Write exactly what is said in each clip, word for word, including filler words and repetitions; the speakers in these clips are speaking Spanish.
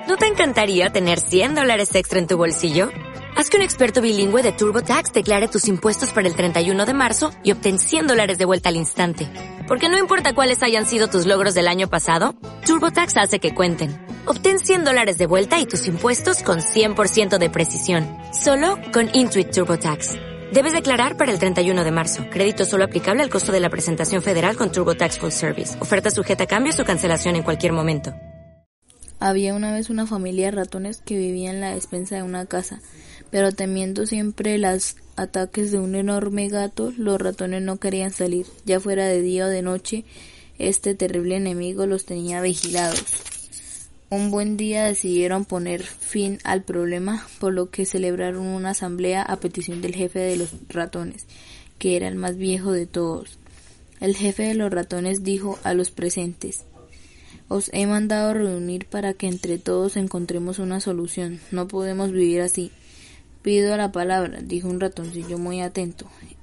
¿No te encantaría tener cien dólares extra en tu bolsillo? Haz que un experto bilingüe de TurboTax declare tus impuestos para el treinta y uno de marzo y obtén cien dólares de vuelta al instante. Porque no importa cuáles hayan sido tus logros del año pasado, TurboTax hace que cuenten. Obtén cien dólares de vuelta y tus impuestos con cien por ciento de precisión. Solo con Intuit TurboTax. Debes declarar para el treinta y uno de marzo. Crédito solo aplicable al costo de la presentación federal con TurboTax Full Service. Oferta sujeta a cambios o cancelación en cualquier momento. Había una vez una familia de ratones que vivía en la despensa de una casa, pero temiendo siempre los ataques de un enorme gato, los ratones no querían salir, ya fuera de día o de noche. Este terrible enemigo los tenía vigilados. Un buen día decidieron poner fin al problema, por lo que celebraron una asamblea a petición del jefe de los ratones, que era el más viejo de todos. El jefe de los ratones dijo a los presentes: «Os he mandado reunir para que entre todos encontremos una solución. No podemos vivir así». «Pido la palabra», dijo un ratoncillo muy atento.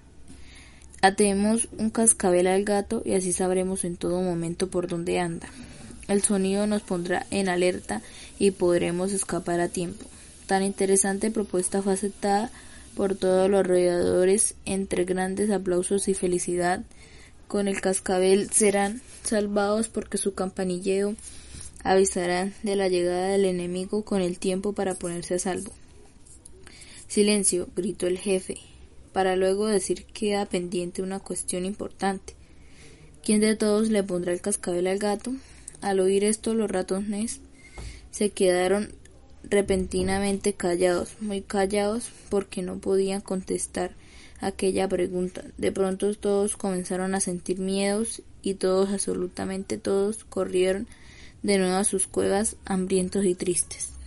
«Atemos un cascabel al gato y así sabremos en todo momento por dónde anda. El sonido nos pondrá en alerta y podremos escapar a tiempo». Tan interesante propuesta fue aceptada por todos los roedores entre grandes aplausos y felicidad. Con el cascabel serán salvados porque su campanilleo avisará de la llegada del enemigo con el tiempo para ponerse a salvo. «Silencio», gritó el jefe, para luego decir que queda pendiente una cuestión importante. «¿Quién de todos le pondrá el cascabel al gato?». Al oír esto, los ratones se quedaron repentinamente callados, muy callados, porque no podían contestar aquella pregunta. De pronto todos comenzaron a sentir miedos y todos, absolutamente todos, corrieron de nuevo a sus cuevas hambrientos y tristes.